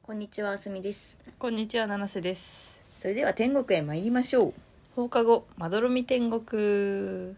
こんにちは、あすみです。 こんにちは、七瀬です。 それでは天国へ参りましょう。 放課後まどろみ天国。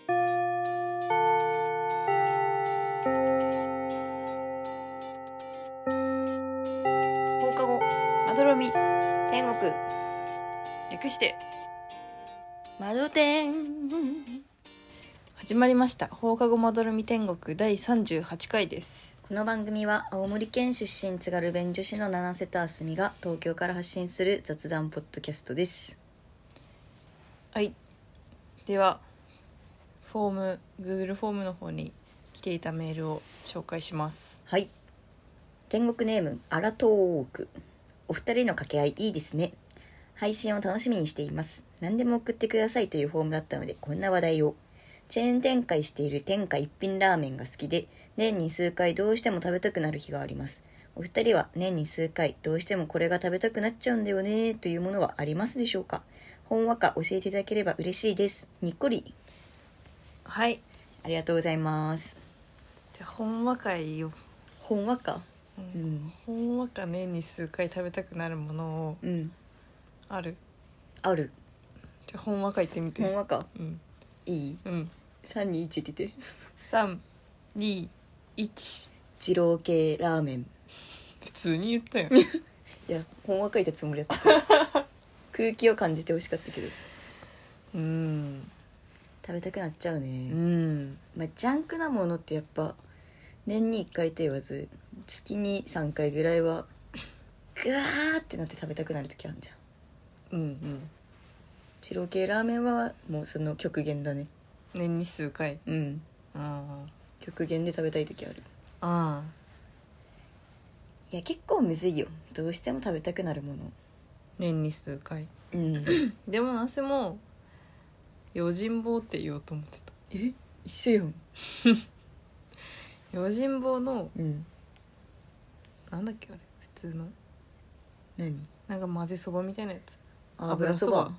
放課後まどろみ、 天国略して窓天。 始まりました。放課後まどろみ天国第38回です。 この番組は青森県出身津軽弁女子の七瀬とあすみが東京から発信する雑談ポッドキャストです。 はい、ではGoogle フォームの方に来ていたメールを紹介します。 はい。天国ネームアラトーク。お二人の掛け合いいいですね。配信を楽しみにしています。何でも送ってくださいというフォームだったのでこんな話題を。チェーン展開している天下一品ラーメンが好きで、年に数回どうしても食べたくなる日があります。お二人は年に数回どうしてもこれが食べたくなっちゃうんだよねというものはありますでしょうか。ほんわか教えていただければ嬉しいです。にっこり。 はい、 ありがとうございます。 じゃあほんわかいいよ。 ほんわか。 ほんわか年に数回食べたくなるものをある。 ある。 じゃあほんわか言ってみて。 ほんわか。 うんいい ?3、2、1って言って。 3、2、1。 二郎系ラーメン。 普通に言ったよ。 いや、ほんわか言ったつもりだった空気を感じてほしかったけど食べたくなっちゃうね。まあ、ジャンクなものってやっぱ年に1回と言わず月に3回ぐらいはグワーってなって食べたくなる時あるじゃん。二郎系ラーメンはもうその極限だね。 年に数回。 極限で食べたい時ある。 あいや結構むずいよ。どうしても食べたくなるもの。 年に数回。でもなせも用心棒って言おうと思ってた。 一緒よ。 用心棒のなんだっけあれ、普通の何？ なんか混ぜそばみたいなやつ。 油そば。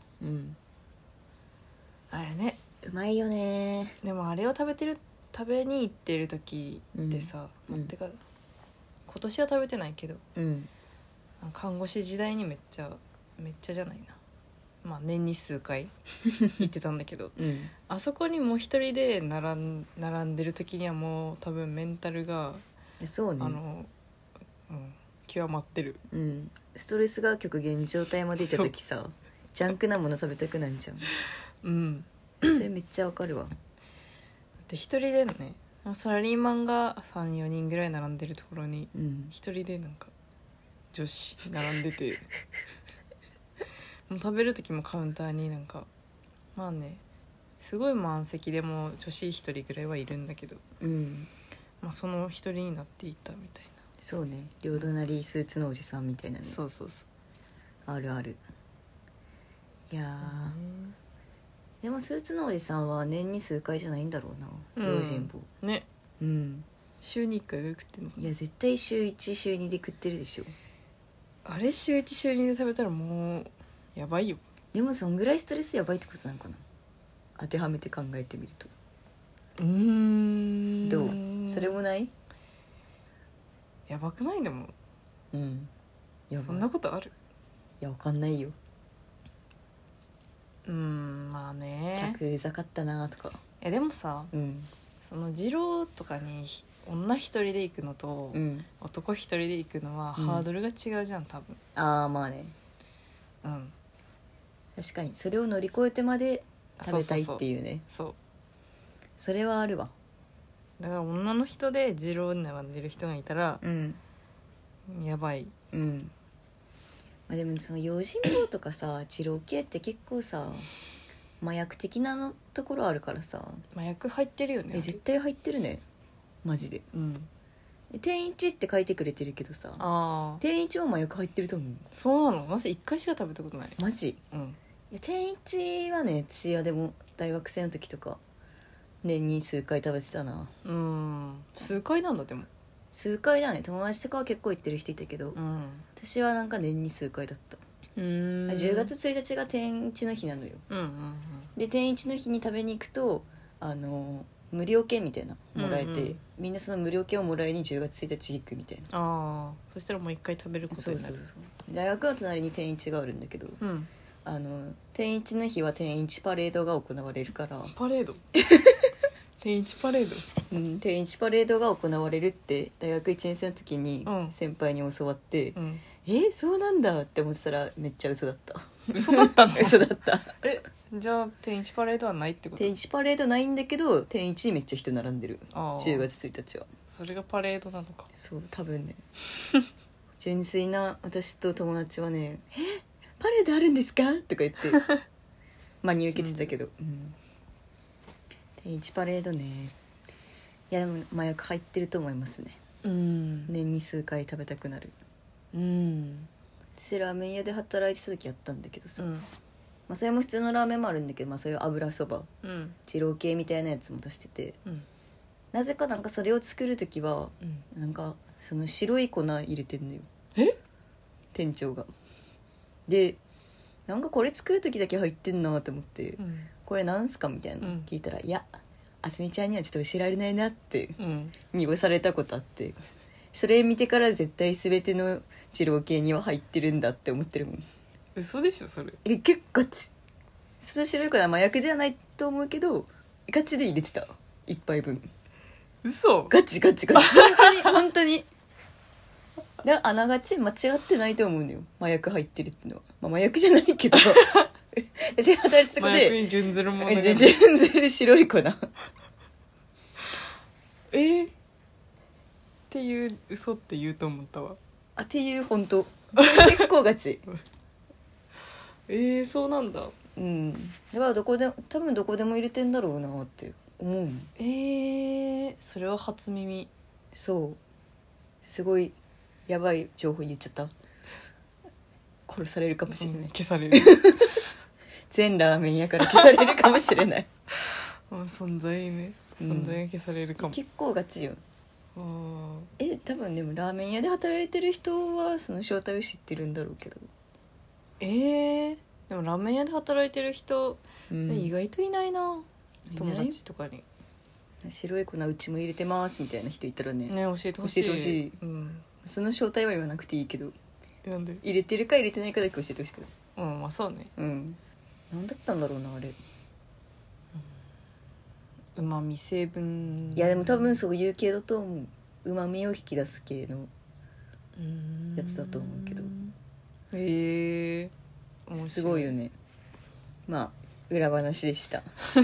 あれね、 うまいよね。 でもあれを食べに行ってる時ってさ、てか今年は食べてないけど、看護師時代にめっちゃじゃないな、まあ年に数回行ってたんだけど、あそこにもう一人で並んでる時にはもう多分メンタルがそうね、 極まってる。 ストレスが極限状態までいった時さ、ジャンクなもの食べたくなんじゃん。それめっちゃわかるわ。 で一人でね、サラリーマンが 3,4 人ぐらい並んでるところに一人でなんか女子並んでてもう食べる時もカウンターになんかまあね、すごい満席でも女子一人ぐらいはいるんだけど、まあ、その一人になっていたみたいな。 そうね、両隣スーツのおじさんみたいなね。 そうあるある。いやでもスーツのおじさんは年に数回じゃないんだろうな、用心棒ね。週に1回ぐらい食ってんのかな。 いや絶対週1週2で食ってるでしょ。 あれ週1週2で食べたらもうやばいよ。 でもそんぐらいストレスやばいってことなのかな、当てはめて考えてみると。どう？それもない？ やばくない？でもやばい。 そんなことある？ いやわかんないよ。 まあね、 客うざかったなとか。 でもさ、その二郎とかに女一人で行くのと、男一人で行くのはハードルが違うじゃん、多分。 まあね、確かにそれを乗り越えてまで食べたいっていうね。それはあるわ。 だから女の人で二郎に並んでる人がいたら、やばい。 まあ、でもその用心棒とかさ二郎系って結構さ麻薬的なところあるからさ。 麻薬入ってるよね。 絶対入ってるね、マジで。天一って書いてくれてるけどさ、天一も麻薬入ってると思う。 そうなの？まず1回しか食べたことない。 マジ？いや天一はね、私はでも大学生の時とか年に数回食べてたな。 数回なんだ。でも数回だね。友達とかは結構行ってる人いたけど、私はなんか年に数回だった。10月1日が天一の日なのよ。で天一の日に食べに行くと無料券みたいなもらえて、 うんうんみんなその無料券をもらいに10月1日行くみたいな。 ああ、そしたらもう一回食べることになる。 大学の隣に天一があるんだけど、 うん天一の日は天一パレードが行われるから、 パレード天一パレード。 天一パレードが行われるって大学1年生の時にうん先輩に教わって、 うんそうなんだって思ってたらめっちゃ嘘だった嘘だったの嘘だったじゃあ天一パレードはないってこと？ 天一パレードないんだけど天一にめっちゃ人並んでる。 あー 10月1日はそれがパレードなのか。 そう多分ね純粋な私と友達はねパレードあるんですかとか言って真に受けてたけど、天一パレードね。いやでも麻薬入ってると思いますね。 うん年に数回食べたくなる。私ラーメン屋で働いてた時やったんだけどさ、それも普通のラーメンもあるんだけど、そういう油そば二郎系みたいなやつも出してて、なぜかなんかそれを作る時はなんかその白い粉入れてんのよ店長が。でなんかこれ作る時だけ入ってんなと思って、これなんすかみたいな聞いたら、いやあすみちゃんにはちょっと教えられないなって濁されたことあって、それ見てから絶対全ての二郎系には入ってるんだって思ってるもん。 嘘でしょそれ。 結構ガチ。その白い粉は麻薬ではないと思うけどガチで入れてた。一杯分嘘。 ガチ本当に本当に。であながち間違ってないと思うのよ、麻薬入ってるってのは。麻薬じゃないけど私が働いてた子麻薬でに準ずるものが準ずる白い粉っていう嘘って言うと思ったわ。 っていう本当結構ガチそうなんだ。 だから多分どこでも入れてんだろうなって思う。 それは初耳。 そうすごいやばい情報言っちゃった。殺されるかもしれない、 消される全ラーメン屋から消されるかもしれない存在ね、存在が消されるかも。 結構ガチよ。多分でもラーメン屋で働いてる人はその正体を知ってるんだろうけど。 でもラーメン屋で働いてる人、意外といないな。友達とかに白い粉うちも入れてますみたいな人いたらね教えてほしい。 その正体は言わなくていいけど、 なんで入れてるか入れてないかだけ教えてほしいけど。 まあそうね。 何だったんだろうなあれ。 うまみ成分。 いやでも多分そういう系だと思う。うまみを引き出す系のやつだと思うけど。すごいよね。裏話でした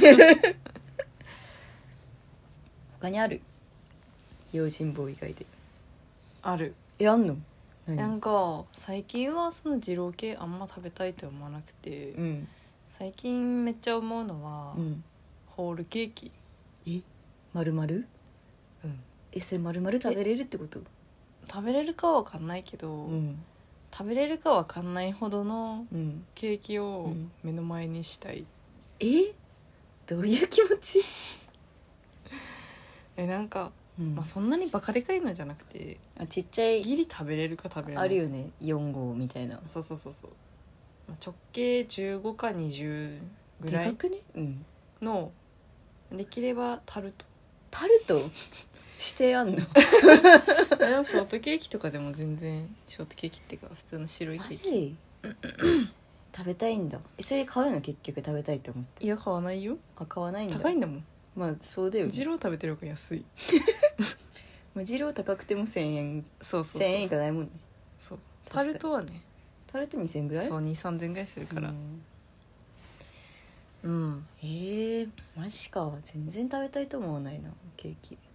他にある？用心棒以外で。 ある。 あんの？ なんか最近はその二郎系あんま食べたいと思わなくて、最近めっちゃ思うのは、ホールケーキ。 丸々？それ丸々食べれるってこと？ 食べれるかは分かんないけど、食べれるか分かんないほどのケーキを目の前にしたい。 どういう気持ち？ なんか、そんなにバカでかいのじゃなくて、 ちっちゃいギリ食べれるか食べれないかあるよね、4号みたいな。 そう、直径15か20ぐらいでかくね？ の、できればタルト指定あんの？ でもショートケーキとかでも全然、ショートケーキっていうか普通の白いケーキ食べたいんだ。それ買うの？結局食べたいと思って。 いや買わないよ。 買わないんだ。 高いんだもん。 そうだよね。 二郎食べてる方が安い二郎高くても1000円。 そう 1000円いかないもんね。 そう。タルトはね、 タルト2000円ぐらい？ そう、2、3千円ぐらいするから。 マジか。全然食べたいと思わないなケーキ。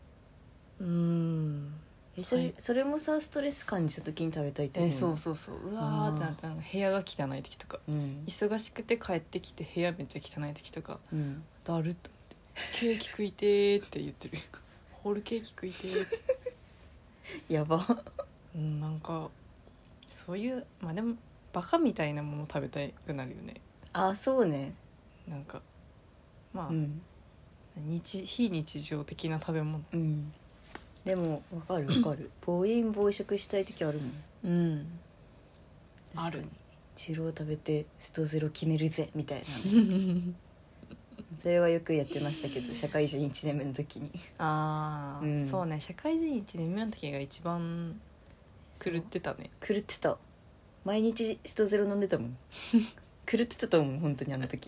それもさ、ストレス感じた時に食べたいと思う。 そううわーってなって、なんか部屋が汚い時とか、忙しくて帰ってきて部屋めっちゃ汚い時とか、だるっとケーキ食いてーって言ってるホールケーキ食いてーってやば。 なんかそういうでもバカみたいなもの食べたくなるよね。 そうね。 なんか非日常的な食べ物。 でも分かる暴飲暴食したい時あるもん。確かに二郎食べてストゼロ決めるぜみたいなそれはよくやってましたけど、社会人1年目の時に。 ああ、 うんそうね、社会人1年目の時が一番狂ってたね。 狂ってた。毎日ストゼロ飲んでたもん狂ってたと思う本当にあの時。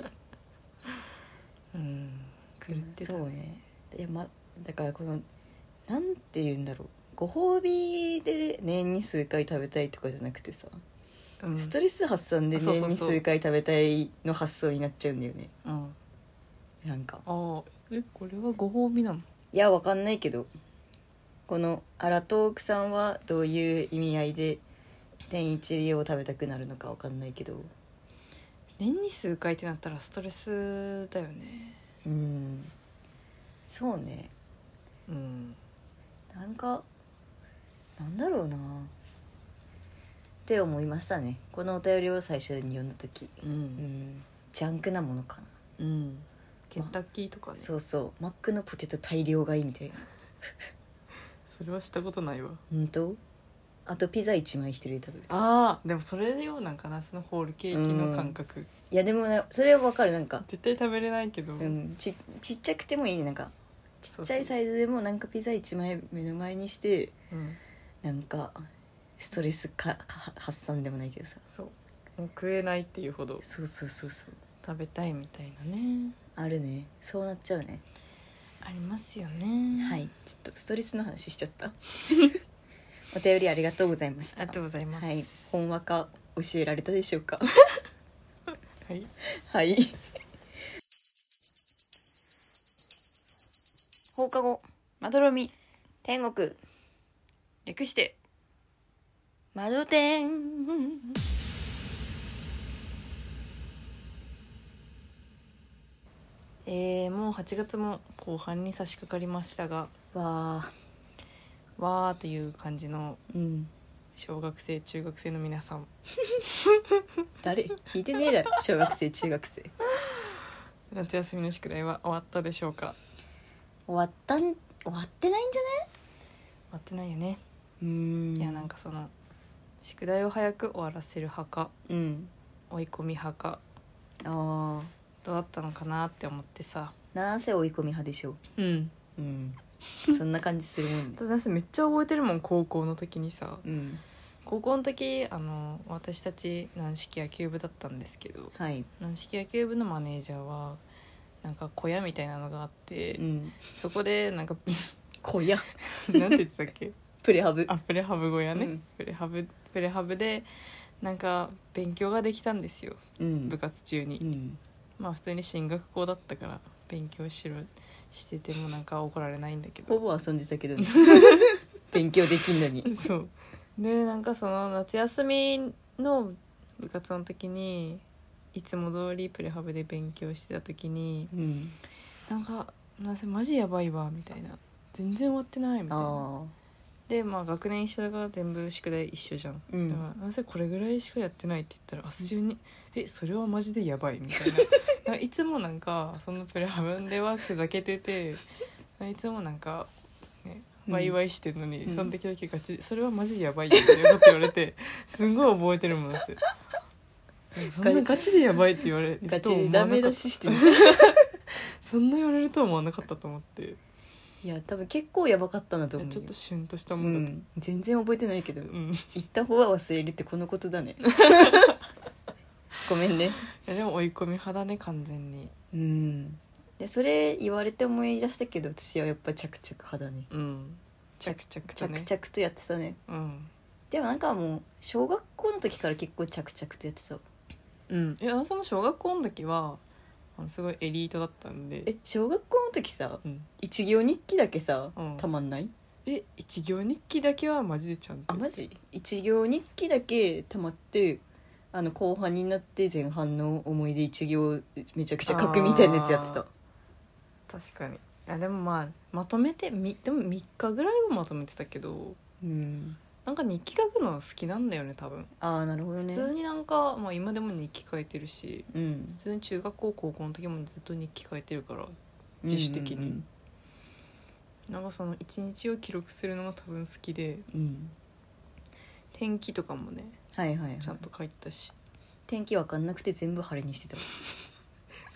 うん狂ってたね。 そうね。いや、だからこのなんて言うんだろう、ご褒美で年に数回食べたいとかじゃなくてさ、 うんストレス発散で年に数回食べたいの発想になっちゃうんだよね。 うんなんかああこれはご褒美なの？ いやわかんないけど、このアラトークさんはどういう意味合いで天一理を食べたくなるのかわかんないけど、 年に数回ってなったらストレスだよね。 そうね。 うんなんかなんだろうなって思いましたね、このお便りを最初に読んだ時。ジャンクなものかな。 ケンタッキーとかね。 そうそう、マックのポテト大量買いみたいな。 それはしたことないわ。 本当？あとピザ1枚一人で食べる。 ああでもそれでよ、なんかナスのホールケーキの感覚、 いやでもね、それはわかる。なんか、 絶対食べれないけど、 ちっちゃくてもいいね。なんかちっちゃいサイズでもなんかピザ1枚目の前にして、なんかストレス発散でもないけどさ、 そうもう食えないっていうほどそうそうそうそう、 食べたいみたいなね、 あるね。そうなっちゃうね。 ありますよね。 はい、ちょっとストレスの話しちゃったお便りありがとうございました。 ありがとうございます。 はい、ほんわか教えられたでしょうかはいはい放課後まどろみ天国略して窓天。 もう8月も後半に差し掛かりましたが、 わわーという感じのー、 小学生中学生の皆さん、 誰聞いてねえだろ小学生中学生。 夏休みの宿題は終わったでしょうか？ 終わってないんじゃね？ 終わってないよね。いやなんかその宿題を早く終わらせる派か、追い込み派か、 ああ、 どうだったのかなって思ってさ。 なんせ追い込み派でしょ。そんな感じするもんね。 だってめっちゃ覚えてるもん、高校の時にさ。高校の時私たち軟式野球部だったんですけど、 はい、 軟式野球部のマネージャーはなんか小屋みたいなのがあって、そこでなんか小屋なんて言ってたっけプレハブ。 プレハブ小屋ね、プレハブでなんか勉強ができたんですよ、部活中に、まあ普通に進学校だったから勉強しててもなんか怒られないんだけど、 ほぼ遊んでたけどね勉強できんのに。 そうでなんかその夏休みの部活の時にいつも通りプレハブで勉強してた時に、なんかマジやばいわみたいな、全然終わってないみたいな。でまあ学年一緒だから全部宿題一緒じゃん、だからなぜこれぐらいしかやってないって言ったら明日中にそれはマジでやばいみたいなだからいつもなんかそのプレハブではふざけてていつもなんかねワイワイしてるのに、その時だけガチそれはマジでやばいよって言われてすんごい覚えてるもんです。そんなガチでやばいって言われるガチでダメ出ししてるそんな言われるとは思わなかったと思って、 いや多分結構やばかったなと思う。 ちょっとシュンとしたもんだった、 全然覚えてないけど、言った方は忘れるってこのことだねごめんね。 いやでも追い込み派だね完全に。 でそれ言われて思い出したけど、私はやっぱ着々派だね。 着々とね、 着々とやってたね。でもなんかもう小学校の時から結構着々とやってた。 いやその小学校の時はすごいエリートだったんで。 小学校の時さ、一行日記だけさ、たまんない？ 一行日記だけはマジでちゃんと。 マジ？一行日記だけたまって後半になって前半の思い出一行めちゃくちゃ書くみたいなやつやってた。 確かに。いやでもまとめてでも3日ぐらいはまとめてたけど、なんか日記書くの好きなんだよね多分。 なるほどね。 普通になんか、今でも日記書いてるし、普通に中学校高校の時もずっと日記書いてるから自主的に、なんかその一日を記録するのが多分好きで、天気とかもね、ちゃんと書いてたし。 天気わかんなくて全部晴れにしてた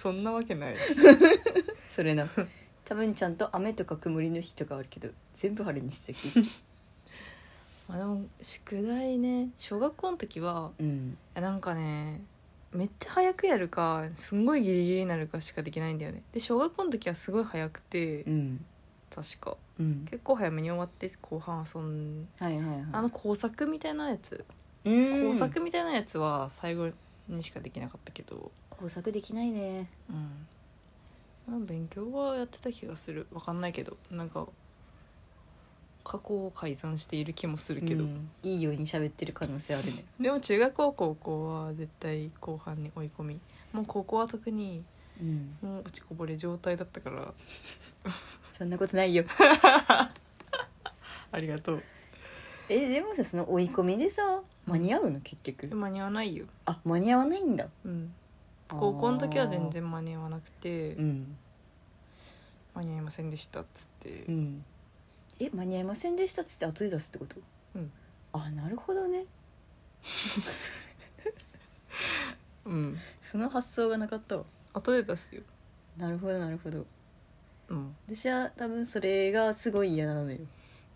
そんなわけないそれな多分ちゃんと雨とか曇りの日とかあるけど全部晴れにしてた気がするでも宿題ね小学校の時はうんなんかねめっちゃ早くやるかすんごいギリギリになるかしかできないんだよね。で小学校の時はすごい早くて、 うん確かうん結構早めに終わって後半はいはいはい工作みたいなやつ、 工工作みたいなやつは最後にしかできなかったけど、 工作できないね。 勉強はやってた気がする。わかんないけどなんか過去を改ざんしている気もするけど、 いいように喋ってる可能性あるね。 でも中学校高校は絶対後半に追い込み、もう高校は特にもう落ちこぼれ状態だったからそんなことないよありがとう。 でもさその追い込みでさ間に合うの結局。 間に合わないよ。 あ間に合わないんだ。 高校の時は全然間に合わなくて、間に合いませんでしたっつって、 間に合いませんでしたっつって後で出すってこと？あなるほどねその発想がなかったわ。 後で出すよ。 なるほどなるほど。私は多分それがすごい嫌なのよ。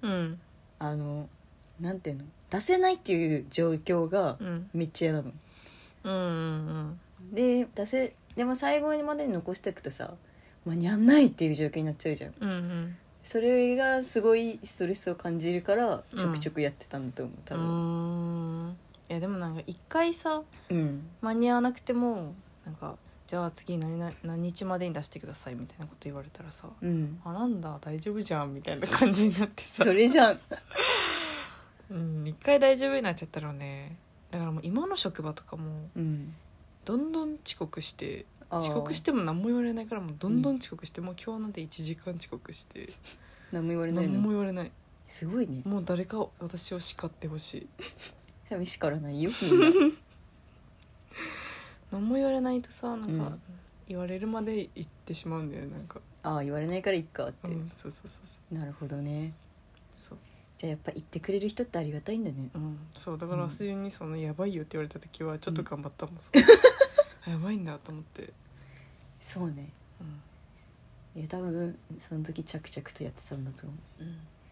なんていうの出せないっていう状況がめっちゃ嫌なの。ででも最後までに残しておくとさ間に合わないっていう状況になっちゃうじゃん。それがすごいストレスを感じるからちょくちょくやってたんだと思う多分。 いやでもなんか一回さ、間に合わなくてもなんかじゃあ次何日までに出してくださいみたいなこと言われたらさ、あなんだ大丈夫じゃんみたいな感じになってさそれじゃん一回大丈夫になっちゃったらね、だからもう今の職場とかも、どんどん遅刻しても何も言われないからもうどんどん遅刻して、もう今日なんて1時間遅刻して何も言われないの？ 何も言われない。 すごいね。 もう誰か私を叱ってほしい。 多分叱らないよみんな何も言われないとさなんか、言われるまで言ってしまうんだよね。なんか言われないからいっかって、 そうなるほどね。 そうじゃあやっぱ言ってくれる人ってありがたいんだね。 そうだから普通にそのやばいよって言われた時はちょっと頑張ったもん、やばいんだと思って。 そうね、いや多分その時着々とやってたんだと思う。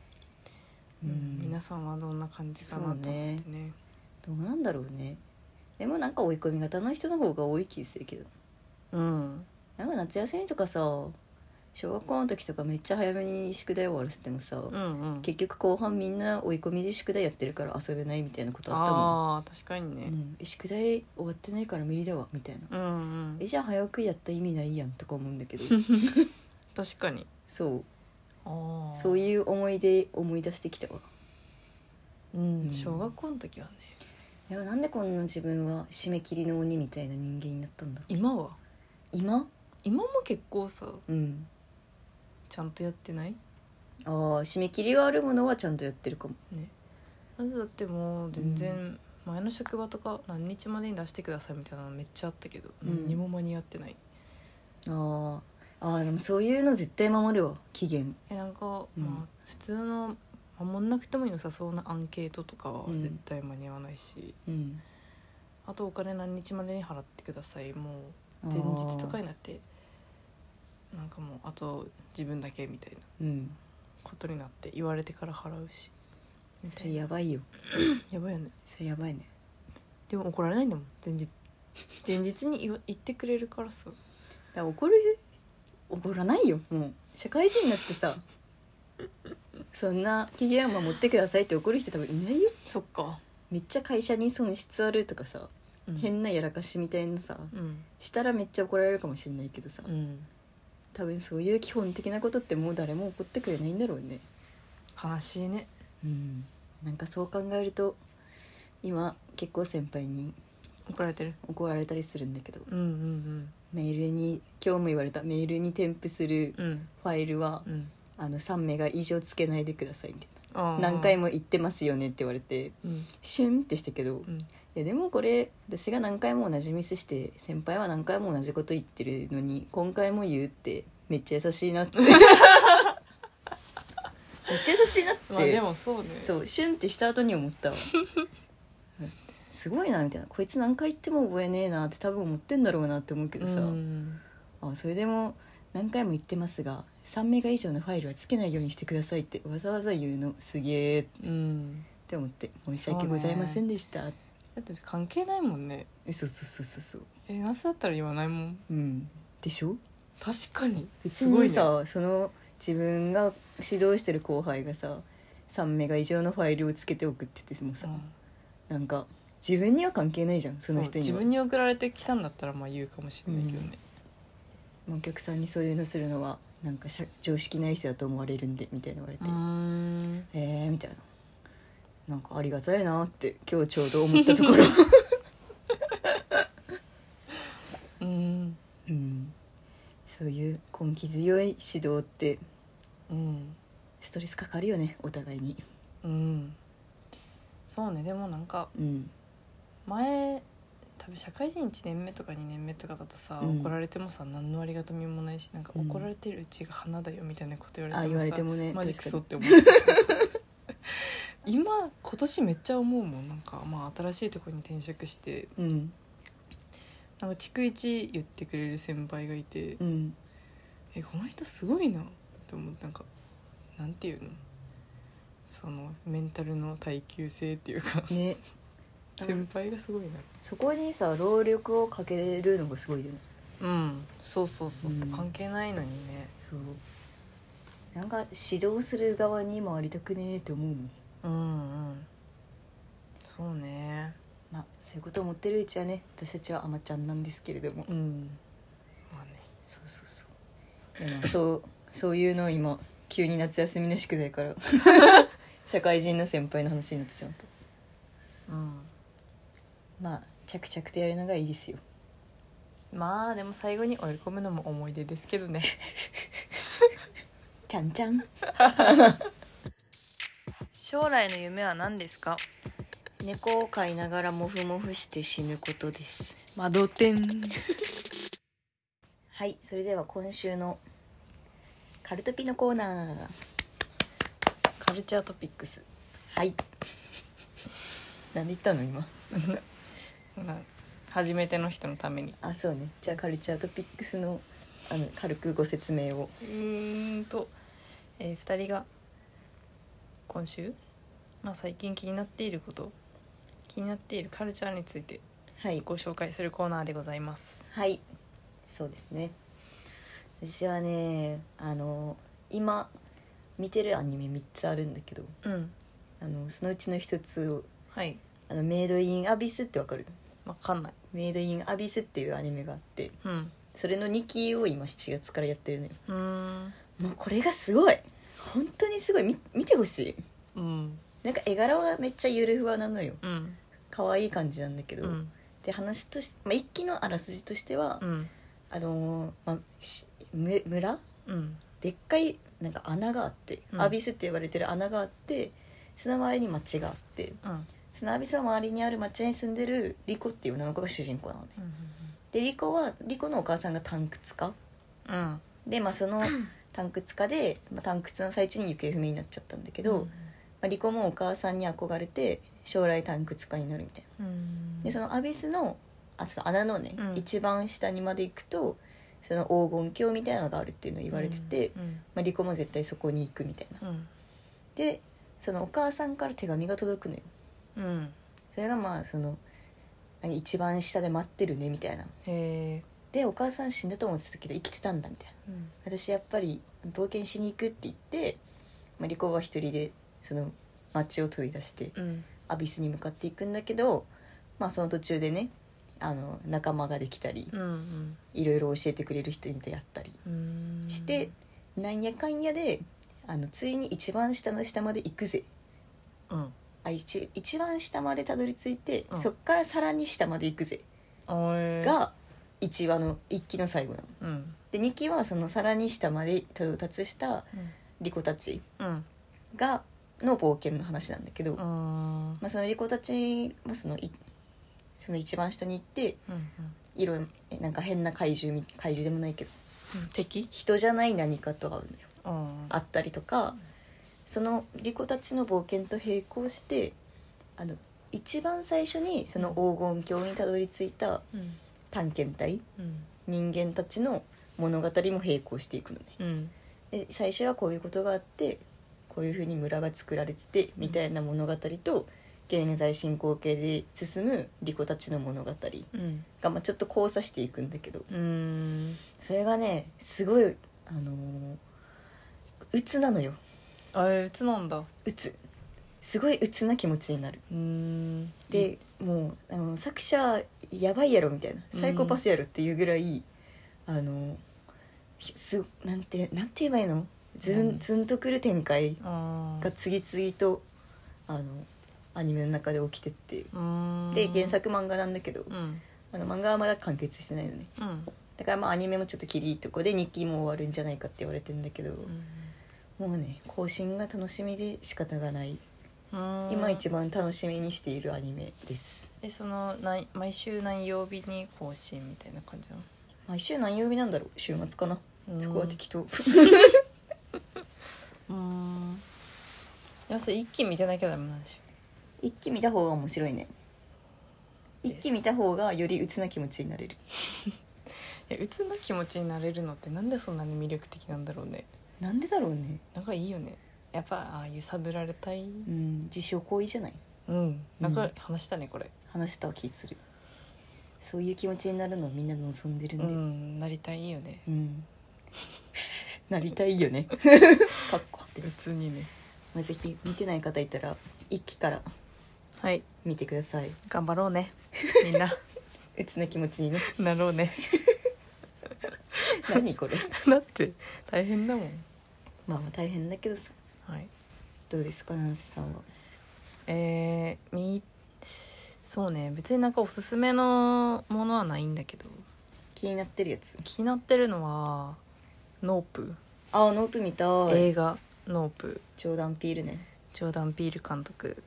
皆さんはどんな感じかなと思ってね。 どうなんだろうね。でもなんか追い込み型の人の方が多い気するけど、なんか夏休みとかさ小学校の時とかめっちゃ早めに宿題終わらせてもさ、結局後半みんな追い込みで宿題やってるから遊べないみたいなことあったもん。 確かにね、 宿題終わってないから無理だわみたいな、じゃあ早くやった意味ないやんとか思うんだけど確かにそういう思い出してきたわ。 小学校の時はね。 でもなんでこんな自分は締め切りの鬼みたいな人間になったんだろう。 今は今も結構さ、ちゃんとやってない？ 締め切りがあるものはちゃんとやってるかもね。だってもう全然前の職場とか何日までに出してくださいみたいなのめっちゃあったけど、何にも間に合ってない。 でもそういうの絶対守るわ期限。 なんか、普通の守んなくても良さそうなアンケートとかは絶対間に合わないし、あとお金何日までに払ってくださいもう前日とかになってなんかもうあと自分だけみたいなことになって言われてから払うし、 それやばいよやばいよね。 それやばいね。 でも怒られないんだもん前日に言ってくれるからさ。 怒らないよ。もう社会人になってさそんな期限を守ってくださいって怒る人多分いないよ。 そっか。 めっちゃ会社に損失あるとかさ、変なやらかしみたいなさ、したらめっちゃ怒られるかもしれないけどさ、多分そういう基本的なことってもう誰も怒ってくれないんだろうね。 悲しいね。 なんかそう考えると今結構先輩に怒られたりするんだけど、メールに今日も言われた。メールに添付するファイルは、3メガ以上つけないでくださいみたいな、何回も言ってますよねって言われて、シュンってしたけど、いやでもこれ私が何回も同じミスして先輩は何回も同じこと言ってるのに今回も言うってめっちゃ優しいなってめっちゃ優しいなって、 でもそうね。 そうシュンってした後に思ったわすごいなみたいな、こいつ何回言っても覚えねえなって多分思ってんだろうなって思うけどさ、 それでも何回も言ってますが3メガ以上のファイルはつけないようにしてくださいってわざわざ言うのすげえって思って申し訳ございませんでした、 だって関係ないもんね。 そうそうそうそう夏だったら言わないもん。 でしょ。 確かに別にさ、その自分が指導してる後輩がさ3メガ以上のファイルをつけて送っててもさ、なんか自分には関係ないじゃん、その人には。 自分に送られてきたんだったらまあ言うかもしれないけどね、 お客さんにそういうのするのはなんか常識ない人だと思われるんでみたいな言われて、みたいな、なんかありがたいなって今日ちょうど思ったところそういう根気強い指導ってストレスかかるよね、お互いに。 そうね。でもなんか、前多分社会人1年目とか2年目とかだとさ、怒られてもさ何のありがたみもないし、なんか怒られてるうちが花だよみたいなこと言われてもさ、 言われてもね、 マジクソって思って今年めっちゃ思うもん。なんかまあ新しいところに転職して、なんか逐一言ってくれる先輩がいて、この人すごいなって思って、なんかなんていうの、そのメンタルの耐久性っていうかね先輩がすごいな。 そこにさ労力をかけるのがすごいよね。 そうそうそうそう、関係ないのにね。 そうなんか指導する側にもありたくねえって思うもん。 そうね。 まあそういうことを思ってるうちはね、私たちはあまちゃんなんですけれども、 まあね、 そうそうそう。でもそういうのを今急に夏休みの宿題から社会人の先輩の話になってしまった。まあ着々とやるのがいいですよ。 まあでも最後に追い込むのも思い出ですけどねちゃんちゃん将来の夢は何ですか？ 猫を飼いながらモフモフして死ぬことです。 窓点はい、それでは今週のカルトピのコーナー、 カルチャートピックス。 はい何言ったの今初めての人のために。 そうね。じゃあカルチャートピックスの軽くご説明を。 2人が今週、最近気になっているカルチャーについてご紹介するコーナーでございます。 はい、そうですね。私はね今見てるアニメ3つあるんだけど、そのうちの1つを、メイドインアビスってわかる？ わかんない。 メイドインアビスっていうアニメがあって、それの2期を今7月からやってるのよ。もうこれがすごい、本当にすごい。見てほしい。なんか絵柄はめっちゃゆるふわなのよ。可愛い感じなんだけど、で話として、1期のあらすじとしては、村、でっかいなんか穴があって、アビスって呼ばれてる穴があって、その周りに町があって、そのアビスの周りにある町に住んでるリコっていう女の子が主人公なのね。でリコのお母さんがタンクツカ、でそのタンクツカで、タンクツの最中に行方不明になっちゃったんだけど、リコもお母さんに憧れて将来タンクツカになるみたいな。でそのアビスのその穴のね、一番下にまで行くとその黄金鏡みたいなのがあるっていうのを言われてて、リコも絶対そこに行くみたいな。でそのお母さんから手紙が届くのよ。それがその一番下で待ってるねみたいな。でお母さん死んだと思ってたけど生きてたんだみたいな、私やっぱり冒険しに行くって言って、リコは一人でその街を飛び出して、アビスに向かっていくんだけど、その途中でね仲間ができたり、いろいろ教えてくれる人に出会ったりして、なんやかんやでついに一番下の下まで行くぜ、一番下までたどり着いて、そっからさらに下まで行くぜが1期の最後なの、で2期はそのさらに下まで到達したリコたちがの冒険の話なんだけど、そのリコたちはその一番下に行って、なんか変な怪獣でもないけど、 敵人じゃない何かと会うのよ、あったりとか、そのリコたちの冒険と並行して一番最初にその黄金鏡にたどり着いた探検隊、人間たちの物語も並行していくのね。 うんで最初はこういうことがあってこういう風に村が作られててみたいな物語と現在進行形で進むリコたちの物語うんが、ちょっと交差していくんだけど、 うんそれがねすごい鬱なのよ。 鬱なんだ。 鬱すごい鬱な気持ちになる。でもう作者やばいやろみたいなサイコパスやろっていうぐらい、なんて言えばいいの、ズンとくる展開が次々とアニメの中で起きてって、で原作漫画なんだけど、漫画はまだ完結してないのね、だからアニメもちょっと切りいいとこで2期も終わるんじゃないかって言われてるんだけど、もうね更新が楽しみで仕方がない。今一番楽しみにしているアニメです。 毎週何曜日に更新みたいな感じなの？ 毎週何曜日なんだろう、週末かな、そこは適当。 いやそれ一気見てなきゃダメなんでしょ。 一気見た方が面白いね。一気見た方がより鬱な気持ちになれる。 いや鬱な気持ちになれるのってなんでそんなに魅力的なんだろうね。 なんでだろうね。 なんかいいよね、やっぱ揺さぶられたい。 自傷行為じゃない。 なんか話したねこれ。 話した気する。そういう気持ちになるのをみんな望んでるんで、 なりたいよね。 なりたいよね。かっこって別にね。 ぜひ見てない方いたら一期からはい見てください。 頑張ろうねみんな。 鬱な気持ちにねなろうね。 何これ。 だって大変だもん。 大変だけどさ。どうですか七瀬さんは。 そうね、別になんかおすすめのものはないんだけど、 気になってるやつ。 気になってるのはノープ。 ノープ見たい。 映画ノープ、 ジョーダン・ピールね。 ジョーダン・ピール監督。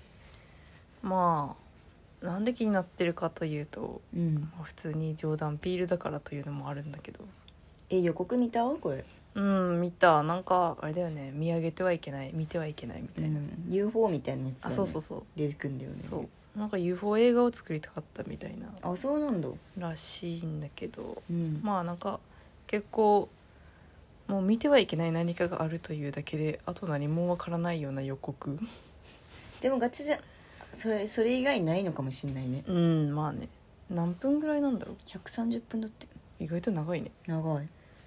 なんで気になってるかというと、普通にジョーダン・ピールだからというのもあるんだけど。 予告見たこれ。 見た。なんかあれだよね、見上げてはいけない、見てはいけないみたいな、 UFO みたいなやつだね。 そう出てくんだよね。 そうなんか UFO 映画を作りたかったみたいな。 そうなんだらしいんだけど、 なんか結構もう見てはいけない何かがあるというだけで、あと何もわからないような予告。 でもガチでそれ以外ないのかもしれないね。 ね。何分ぐらいなんだろう。 130分だって。 意外と長いね。 長い。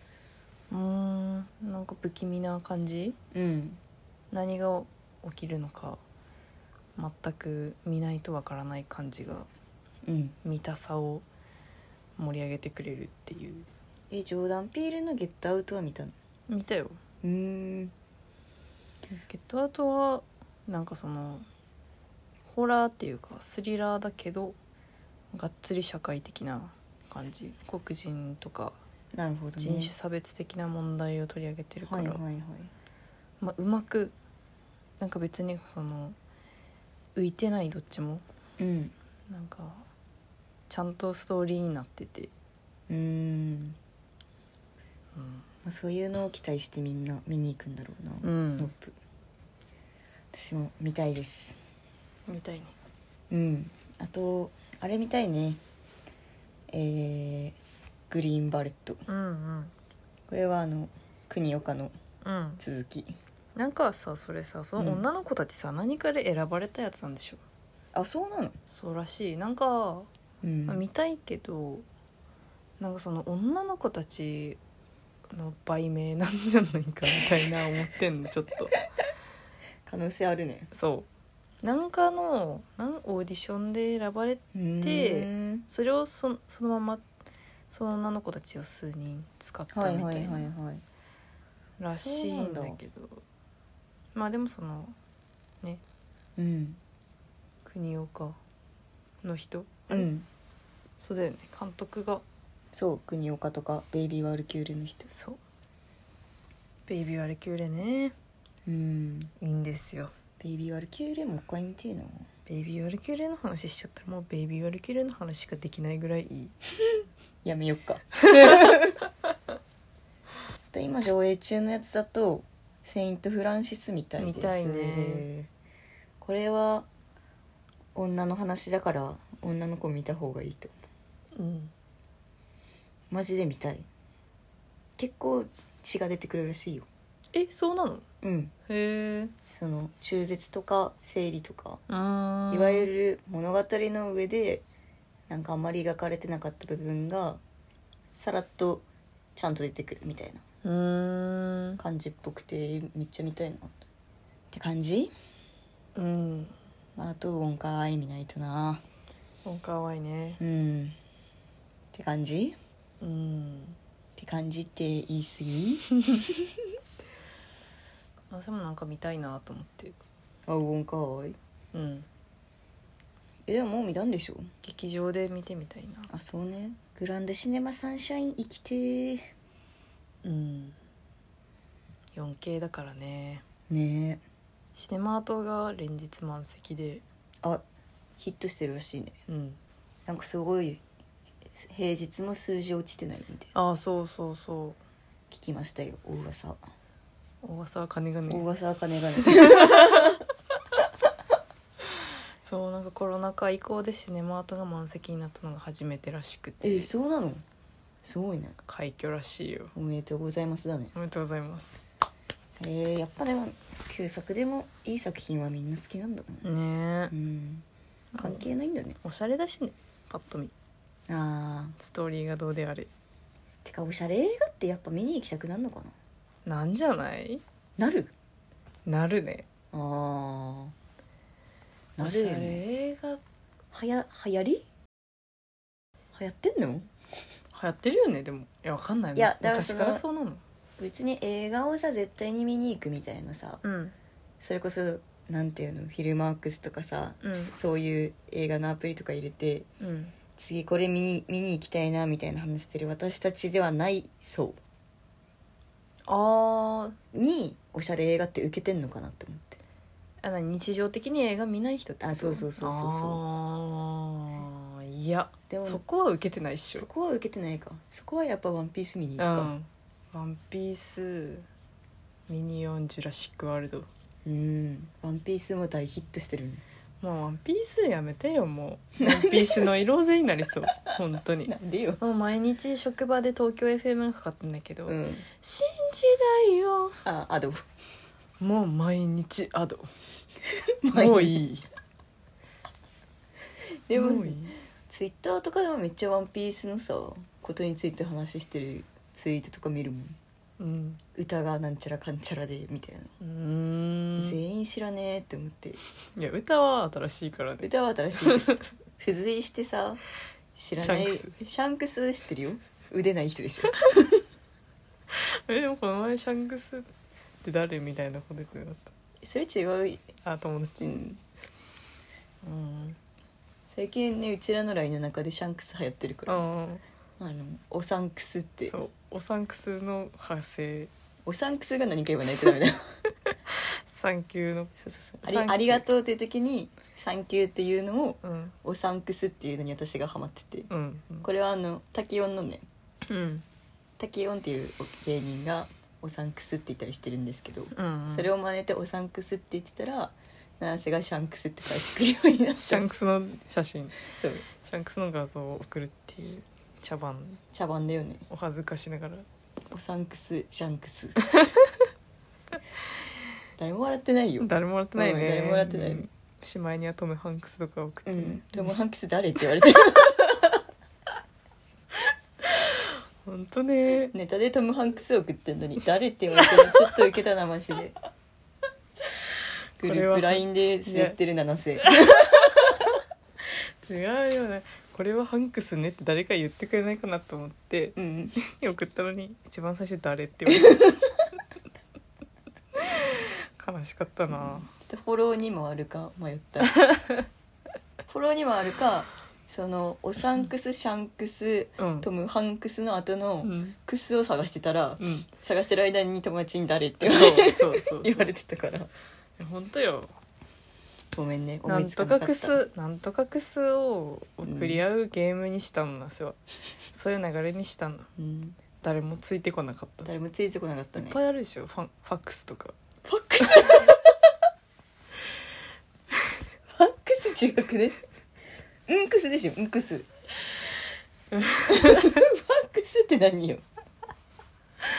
なんか不気味な感じ。何が起きるのか全く見ないとわからない感じが、見たさを盛り上げてくれるっていう。 ジョーダン・ピールのゲットアウトは見たの？ 見たよ。ゲットアウトはなんかホラーっていうかスリラーだけどがっつり社会的な感じ。黒人とかなるほど、ね、 人種差別的な問題を取り上げてるから、うまくなんか別に浮いてないどっちも、なんかちゃんとストーリーになってて、 そういうのを期待してみんな見に行くんだろうな。ノップ私も見たいです。 見たいね。 あとあれ見たいね。グリーンバレット。これは国岡の続き。 なんかさそれさ、その女の子たちさ、何かで選ばれたやつなんでしょ。 そうなの？ そうらしい。なんか、見たいけど、なんかその女の子たちの売名なんじゃないかみたいな思ってんのちょっと。 可能性あるね。 なんかのオーディションで選ばれて、それをそのままその女の子たちを数人使ったみたいならしいんだけど、でもね、国岡の人、そうだよね、監督が。 国岡とかベイビー・ワルキューレの人。 ベイビー・ワルキューレね。いいんですよ。 ベイビー・ワルキューレもう一回見てえな。 ベイビー・ワルキューレの話しちゃったらもうベイビー・ワルキューレの話しかできないぐらいいい。 やめよっか。今上映中のやつだとセイント・フランシスみたいです。 みたいね。 これは女の話だから女の子見た方がいいと思う。マジで見たい。 結構血が出てくるらしいよ。 そうなの？ うんへえ。 その中絶とか生理とかいいわゆる物語の上でなんかあんまり描かれてなかった部分がさらっとちゃんと出てくるみたいな感じっぽくてめっちゃ見たいなって感じ。あとウォンカーアイ見ないとな。 かわいいね。 って感じって感じって言い過ぎ私もなんか見たいなと思って。 ウォンカーアイでももう見たんでしょ。 劇場で見てみたいな。 あそうね。グランドシネマサンシャイン生きて 4K だからね。 ねえ。 シネマートが連日満席でヒットしてるらしいね。なんかすごい平日も数字落ちてないみたいな。 そうそうそう。 聞きましたよ。大噂は金がね。 大噂は金がねそうなんかコロナ禍以降でシネマートが満席になったのが初めてらしくて。 そうなの？すごいね。 快挙らしいよ。 おめでとうございますだね。 おめでとうございます。 やっぱでも旧作でもいい作品はみんな好きなんだもんね。 関係ないんだね。 おしゃれだしね、パッと見。ストーリーがどうであれ。 てかおしゃれ映画ってやっぱ見に行きたくなるのかな。なんじゃない？ なるね。 なるよね。 おしゃれ映画流行り？流行ってんの？ 流行ってるよね。でもわかんないもん。 いやだから昔からそうなの。 別に映画をさ絶対に見に行くみたいなさ、それこそなんていうのフィルマークスとかさ、そういう映画のアプリとか入れて、次これ見に行きたいなみたいな話してる私たちではないにおしゃれ映画って受けてんのかなって思って。 日常的に映画見ない人ってこと？ そういやでもそこは受けてないっしょ。 そこは受けてないか。そこはやっぱワンピース見に行くか。 ワンピース、ミニオン、ジュラシックワールド。 ワンピースも大ヒットしてる。 もうワンピースやめてよ。もうワンピースの色勢になりそう本当に。 なんでよ。 もう毎日職場で東京 FM がかかってんだけど、新時代よ。 アドもう毎日アドもういいでもツイッターとかでもめっちゃワンピースのさことについて話してるツイートとか見るもん。歌がなんちゃらかんちゃらでみたいな。全員知らねえって思って。 いや歌は新しいからね。 歌は新しいけどさ付随してさ知らない。シャンクス知ってるよ。腕ない人でしょでもこの前シャンクスって誰みたいなこと言ってなかった？ それ違う。 友達。 最近ねうちらの LINE の中でシャンクス流行ってるから、おサンクスって。 そうおサンクスの派生。 おサンクスが何か言わないとダメだよサンキューのありがとうっていう時にサンキューっていうのを、おサンクスっていうのに私がハマってて、これはタキオンのね、タキオンっていう芸人がおサンクスって言ったりしてるんですけど、それを真似ておサンクスって言ってたら七瀬がシャンクスって返してくるようになった。 シャンクスの写真。 そうシャンクスの画像を送るっていう茶番だよね。 お恥ずかしながらおサンクスシャンクス誰も笑ってないよ。 誰も笑ってないね。 誰も笑ってないね。 しまいにはトム・ハンクスとか送って、 トム・ハンクス誰って言われてる本当ね。 ネタでトム・ハンクス送ってんのに誰って言われてるのちょっとウケたなマジで。グループ LINE で滑ってる七瀬違うよね。これはハンクスねって誰か言ってくれないかなと思って、送ったのに一番最初誰って言われて悲しかったな。 ちょっとフォローにもあるか迷ったフォローにもあるかそのおサンクスシャンクス、トム・ハンクスの後のクスを探してたら、探してる間に友達に誰って言われてたから本当よ。 ごめんね。 なんとかクスを送り合うゲームにしたのなせは、そういう流れにしたの、誰もついてこなかった。 誰もついてこなかったね。 いっぱいあるでしょ。ファックスとか。 ファックスファックス違くね。うんクスでしょ。うんクスファックスって何よ。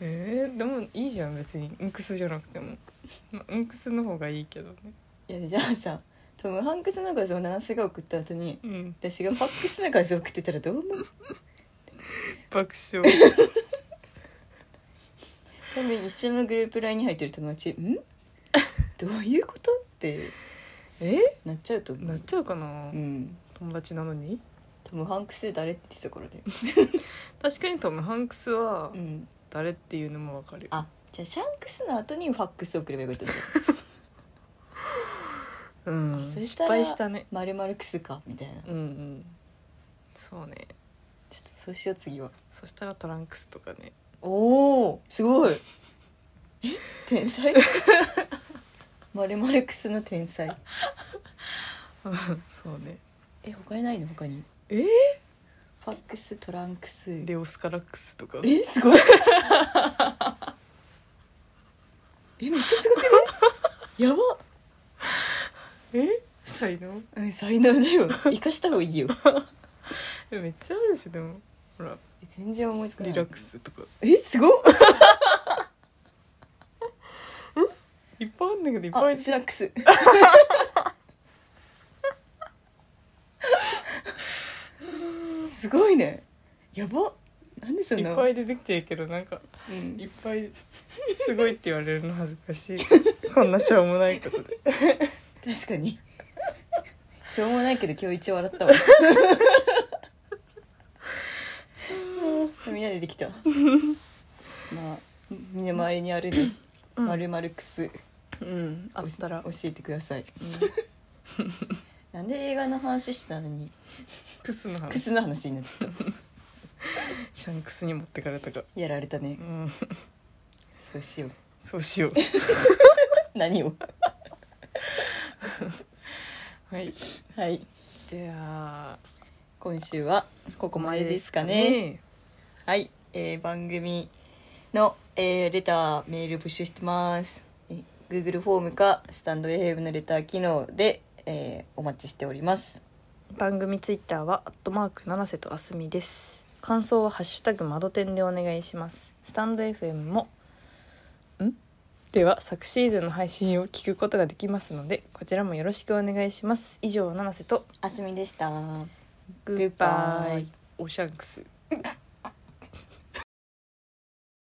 でもいいじゃん別に。うんくすじゃなくても、うんくすの方がいいけどね。 いやじゃあさ、トム・ハンクスの画像をナナスが送った後に、私がファックスの画像送ってたらどう思う？ 爆笑。 多分一緒のグループ LINE に入ってる友達どういうことってなっちゃうと思う。 なっちゃうかな、 友達なのに。 トム・ハンクス誰って言ってたからで確かにトム・ハンクスは誰っていうのも分かるよ。 あ、じゃあシャンクスの後にファックス送ればよかったじゃんそ失したら敗したね。 丸々クスかみたいな。 そうね。 ちょっとそうしよう次は。 そしたらトランクスとかね。 おおすごい天才丸々クスの天才そうね。 他にないの？他にファックス、トランクス、 レオスカラックスとか。 すごいめっちゃすごくねやば才能、 才能だよ生かした方がいいよめっちゃあるでしょ。でもほら全然思いつかない。 リラックスとかすごっいっぱいあるんだけどいっぱい。 スラックスすごいね。やば。なんでそんな。 いっぱい出てきてるけどなんか、いっぱいすごいって言われるの恥ずかしいこんなしょうもないことで確かにしょうもないけど今日一応笑ったわみんなでできたまあ身の回りにあるね、丸々クスあったら教えてください、なんで映画の話してたのにクスの話、 クスの話になっちゃったシャンクスに持ってかれたか。 やられたね、そうしようそうしよう何をはいはいでは今週はここまでですかね。はい、番組の、レターメール募集してます。Google フォームかスタンド FM のレター機能で、お待ちしております。 番組ツイッターは七瀬とあすみです。感想はハッシュタグ窓点でお願いします。スタンド FM もでは昨シーズンの配信を聞くことができますのでこちらもよろしくお願いします。以上七瀬とあすみでした。 グッバイオシャンクス